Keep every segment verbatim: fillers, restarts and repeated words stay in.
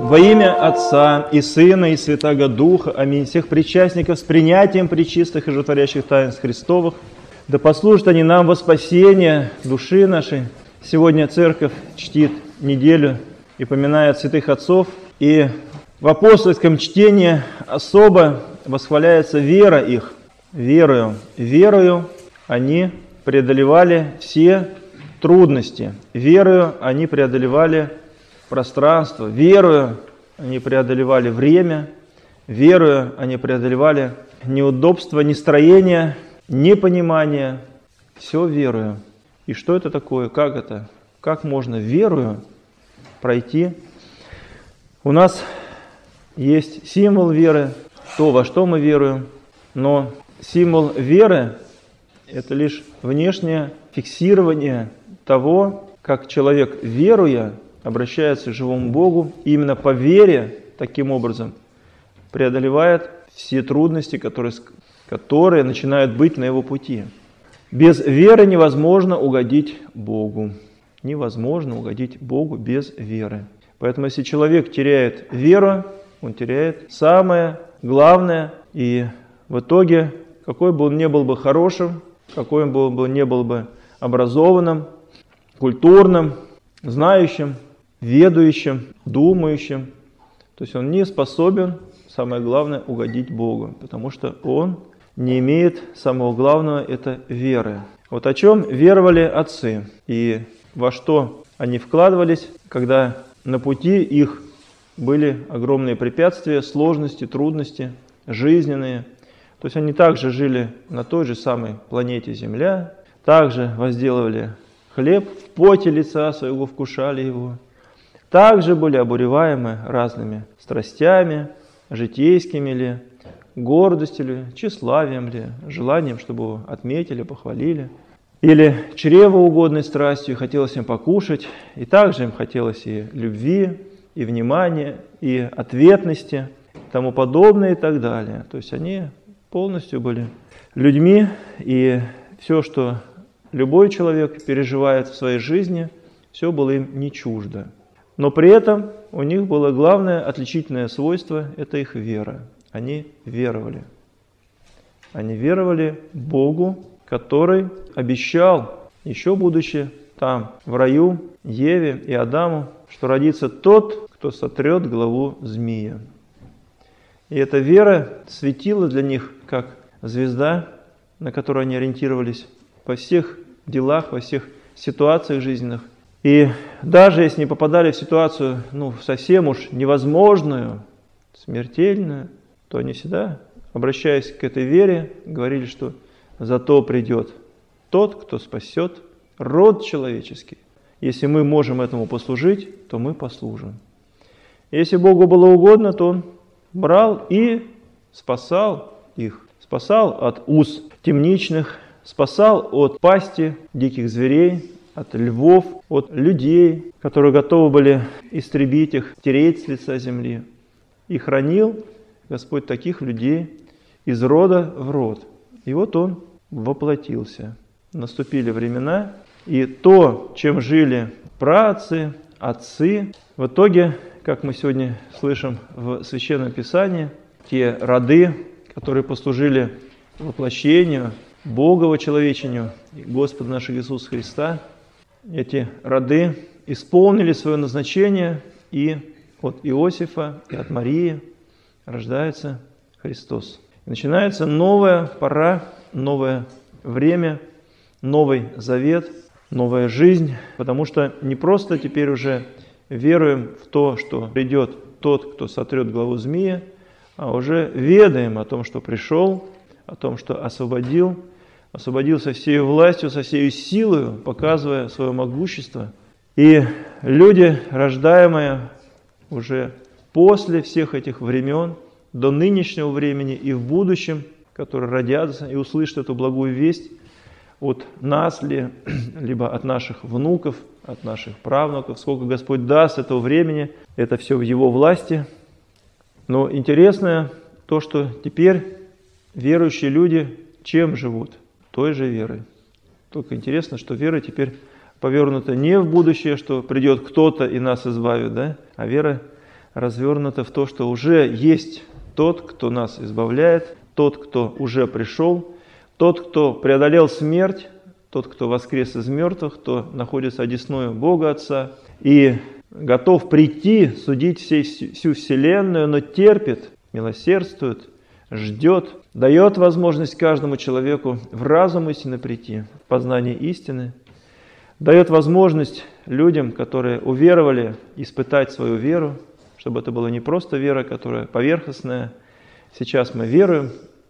Во имя Отца и Сына и Святаго Духа. Аминь. Всех причастников с принятием пречистых и животворящих таинств Христовых. Да послужат они нам во спасение души нашей. Сегодня Церковь чтит неделю и поминает святых отцов. И в апостольском чтении особо восхваляется вера их. Верою, верою они преодолевали все трудности. Верою они преодолевали пространство. Верою они преодолевали время. Верою они преодолевали неудобства, нестроения, непонимание. Все верою. И что это такое? Как это? Как можно верою пройти? У нас есть символ веры, то, во что мы веруем. Но символ веры – это лишь внешнее фиксирование того, как человек, веруя, обращается к живому Богу, и именно по вере, таким образом, преодолевает все трудности, которые, которые начинают быть на его пути. Без веры невозможно угодить Богу. Невозможно угодить Богу без веры. Поэтому, если человек теряет веру, он теряет самое главное, и в итоге, какой бы он ни был бы хорошим, какой он был бы, не был бы образованным, культурным, знающим, ведающим, думающим, то есть он не способен, самое главное, угодить Богу, потому что он не имеет самого главного, это веры. Вот о чем веровали отцы и во что они вкладывались, когда на пути их были огромные препятствия, сложности, трудности, жизненные. То есть они также жили на той же самой планете Земля, также возделывали хлеб, в поте лица своего вкушали его, также были обуреваемы разными страстями, житейскими ли, гордостью ли, тщеславием ли, желанием, чтобы его отметили, похвалили, или чревоугодной страстью, хотелось им покушать, и также им хотелось и любви, и внимания, и ответности, тому подобное и так далее. То есть они полностью были людьми, и все, что любой человек переживает в своей жизни, все было им не чуждо. Но при этом у них было главное отличительное свойство – это их вера. Они веровали. Они веровали Богу, который обещал, еще будучи там, в раю, Еве и Адаму, что родится тот, кто сотрет главу змея. И эта вера светила для них, как звезда, на которую они ориентировались во всех делах, во всех ситуациях жизненных. И даже если не попадали в ситуацию, ну, совсем уж невозможную, смертельную, то они всегда, обращаясь к этой вере, говорили, что зато придет тот, кто спасет род человеческий. Если мы можем этому послужить, то мы послужим. Если Богу было угодно, то Он брал и спасал их. Спасал от уз темничных, спасал от пасти диких зверей, от львов, от людей, которые готовы были истребить их, стереть с лица земли. И хранил Господь таких людей из рода в род. И вот Он воплотился. Наступили времена, и то, чем жили праотцы, отцы, в итоге, как мы сегодня слышим в Священном Писании, те роды, которые послужили воплощению, Бога вочеловечению Господа нашего Иисуса Христа, эти роды исполнили свое назначение, и от Иосифа, и от Марии рождается Христос. И начинается новая пора, новое время, новый завет, новая жизнь, потому что не просто теперь уже веруем в то, что придет тот, кто сотрет главу змея, а уже ведаем о том, что пришел, о том, что освободил, освободил со всей властью, со всей силой, показывая свое могущество. И люди, рождаемые уже после всех этих времен, до нынешнего времени и в будущем, которые родятся и услышат эту благую весть от нас ли, либо от наших внуков, от наших правнуков, сколько Господь даст этого времени, это все в Его власти. Но интересное то, что теперь верующие люди чем живут? Той же верой. Только интересно, что вера теперь повернута не в будущее, что придет кто-то и нас избавит, да? А вера развернута в то, что уже есть тот, кто нас избавляет, тот, кто уже пришел, тот, кто преодолел смерть, тот, кто воскрес из мертвых, кто находится одесную Бога Отца и готов прийти, судить всей, всю вселенную, но терпит, милосердствует, ждет, дает возможность каждому человеку в разум истины прийти, в познание истины, дает возможность людям, которые уверовали, испытать свою веру, чтобы это была не просто вера, которая поверхностная. Сейчас мы веруем,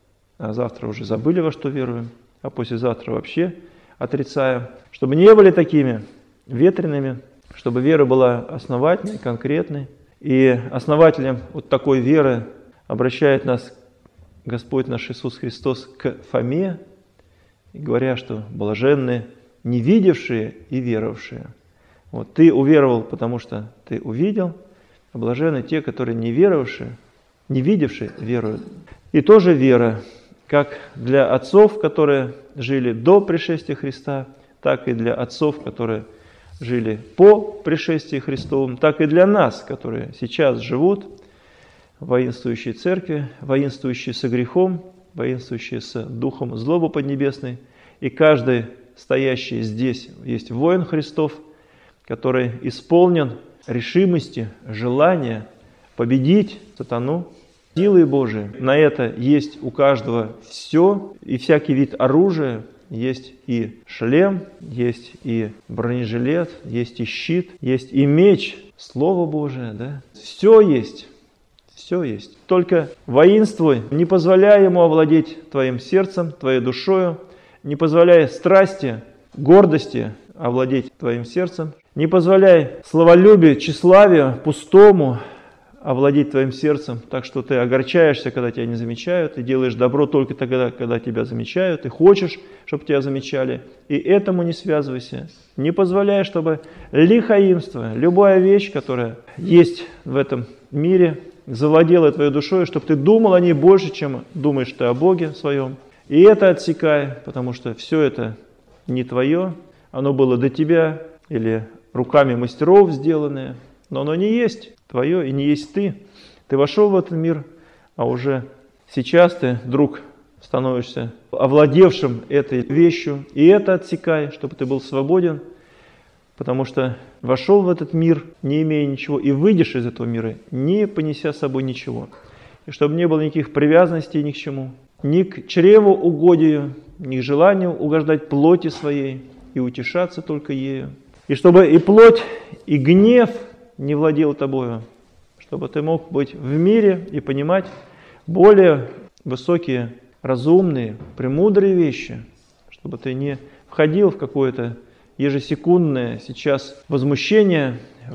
а завтра уже забыли, во что веруем, а послезавтра вообще отрицаем. Чтобы не были такими ветреными, чтобы вера была основательной, конкретной. И основателем вот такой веры обращает нас Господь наш Иисус Христос к Фоме, говоря, что блаженны не видевшие и веровавшие. Вот ты уверовал, потому что ты увидел, а блаженны те, которые не веровавшие, не видевшие, веруют. И тоже вера, как для отцов, которые жили до пришествия Христа, так и для отцов, которые жили по пришествии Христовому, так и для нас, которые сейчас живут в воинствующей церкви, воинствующие со грехом, воинствующие с духом злобы поднебесной. И каждый стоящий здесь есть воин Христов, который исполнен решимости, желания победить сатану силой Божией. На это есть у каждого все, и всякий вид оружия. Есть и шлем, есть и бронежилет, есть и щит, есть и меч, Слово Божие, да? Все есть, все есть. Только воинствуй, не позволяй ему овладеть твоим сердцем, твоей душою, не позволяй страсти, гордости овладеть твоим сердцем, не позволяй словолюбию, тщеславию, пустому овладеть твоим сердцем, так что ты огорчаешься, когда тебя не замечают, и делаешь добро только тогда, когда тебя замечают, и хочешь, чтобы тебя замечали, и этому не связывайся. Не позволяй, чтобы лихоимство, любая вещь, которая есть в этом мире, завладела твоей душой, чтобы ты думал о ней больше, чем думаешь ты о Боге своем. И это отсекай, потому что все это не твое, оно было до тебя или руками мастеров сделанное, но оно не есть твое и не есть ты. Ты вошел в этот мир, а уже сейчас ты вдруг становишься овладевшим этой вещью. И это отсекай, чтобы ты был свободен, потому что вошел в этот мир, не имея ничего, и выйдешь из этого мира, не понеся с собой ничего. И чтобы не было никаких привязанностей ни к чему, ни к чреву угодию, ни к желанию угождать плоти своей и утешаться только ею. И чтобы и плоть, и гнев не владел тобою, чтобы ты мог быть в мире и понимать более высокие, разумные, премудрые вещи, чтобы ты не входил в какое-то ежесекундное сейчас возмущение,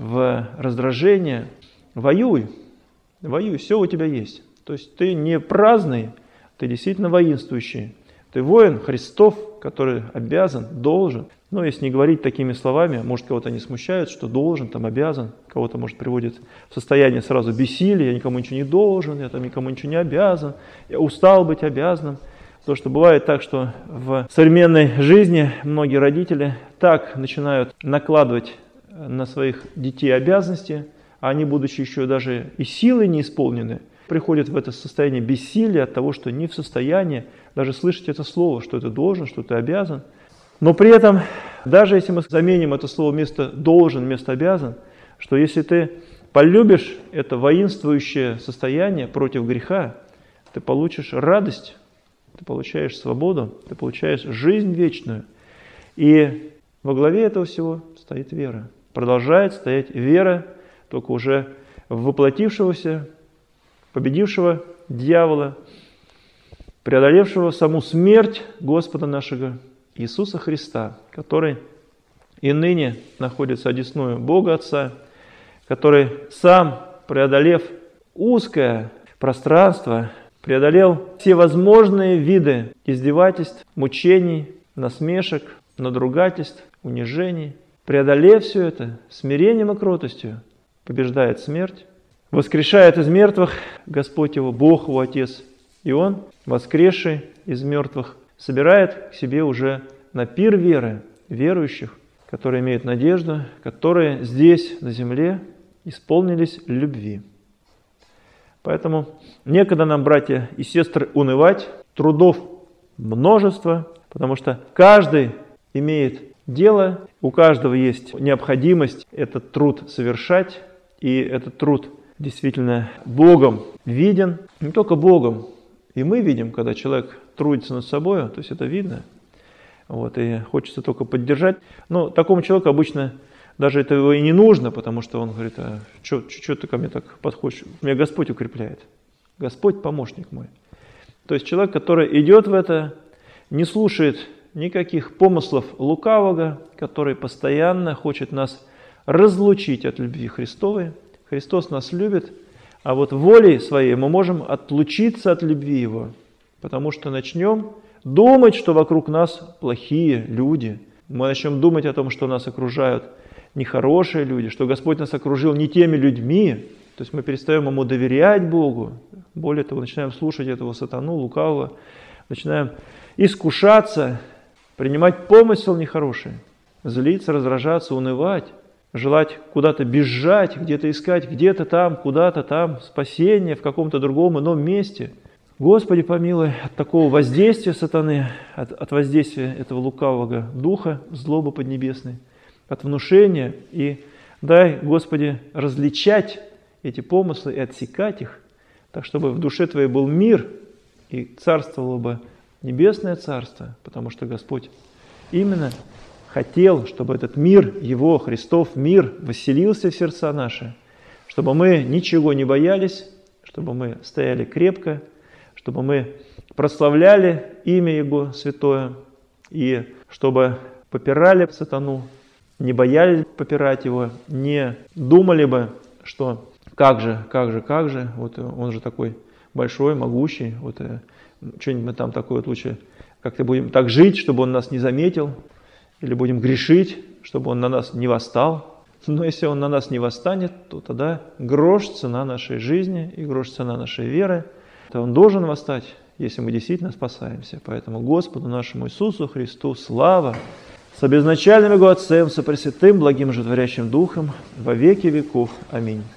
в раздражение. Воюй, воюй, все у тебя есть. То есть ты не праздный, ты действительно воинствующий. Ты воин Христов, который обязан, должен. Но если не говорить такими словами, может, кого-то они смущают, что должен, там обязан, кого-то, может, приводит в состояние сразу бессилия, я никому ничего не должен, я там никому ничего не обязан, я устал быть обязанным. Потому что бывает так, что в современной жизни многие родители так начинают накладывать на своих детей обязанности, а они, будучи еще даже и силой не исполнены, приходят в это состояние бессилия от того, что не в состоянии даже слышать это слово, что ты должен, что ты обязан. Но при этом, даже если мы заменим это слово вместо «должен», вместо «обязан», что если ты полюбишь это воинствующее состояние против греха, ты получишь радость, ты получаешь свободу, ты получаешь жизнь вечную. И во главе этого всего стоит вера. Продолжает стоять вера, только уже в воплотившегося, победившего дьявола, преодолевшего саму смерть Господа нашего Иисуса Христа, который и ныне находится одесную Бога Отца, который сам, преодолев узкое пространство, преодолел все возможные виды издевательств, мучений, насмешек, надругательств, унижений, преодолев все это смирением и кротостью, побеждает смерть, воскрешает из мертвых Господь его, Бог его Отец, и Он, воскресший из мертвых, собирает к себе уже на пир веры верующих, которые имеют надежду, которые здесь, на земле, исполнились любви. Поэтому некогда нам, братья и сестры, унывать, трудов множество, потому что каждый имеет дело, у каждого есть необходимость этот труд совершать, и этот труд действительно Богом виден, не только Богом, и мы видим, когда человек трудится над собой, то есть это видно, вот, и хочется только поддержать. Но такому человеку обычно даже этого и не нужно, потому что он говорит: а что ты ко мне так подходишь? Меня Господь укрепляет, Господь помощник мой. То есть человек, который идет в это, не слушает никаких помыслов лукавого, который постоянно хочет нас разлучить от любви Христовой. Христос нас любит, а вот волей своей мы можем отлучиться от любви Его, потому что начнем думать, что вокруг нас плохие люди. Мы начнем думать о том, что нас окружают нехорошие люди, что Господь нас окружил не теми людьми. То есть мы перестаем Ему доверять Богу. Более того, начинаем слушать этого сатану, лукавого, начинаем искушаться, принимать помысел нехороший, злиться, раздражаться, унывать, желать куда-то бежать, где-то искать, где-то там, куда-то там, спасение в каком-то другом ином месте. Господи помилуй от такого воздействия сатаны, от, от воздействия этого лукавого духа, злобы поднебесной, от внушения. И дай, Господи, различать эти помыслы и отсекать их, так чтобы в душе Твоей был мир и царствовало бы небесное царство, потому что Господь именно хотел, чтобы этот мир, Его, Христов мир, восселился в сердца наши, чтобы мы ничего не боялись, чтобы мы стояли крепко, чтобы мы прославляли имя Его святое, и чтобы попирали сатану, не боялись попирать его, не думали бы, что как же, как же, как же, вот он же такой большой, могущий, вот что-нибудь мы там такое вот лучше как-то будем так жить, чтобы он нас не заметил, или будем грешить, чтобы он на нас не восстал. Но если он на нас не восстанет, то тогда грош цена нашей жизни и грош цена нашей веры. То он должен восстать, если мы действительно спасаемся. Поэтому Господу нашему Иисусу Христу слава с обезначальным Его Отцем, со Пресвятым, благим, животворящим Духом, во веки веков. Аминь.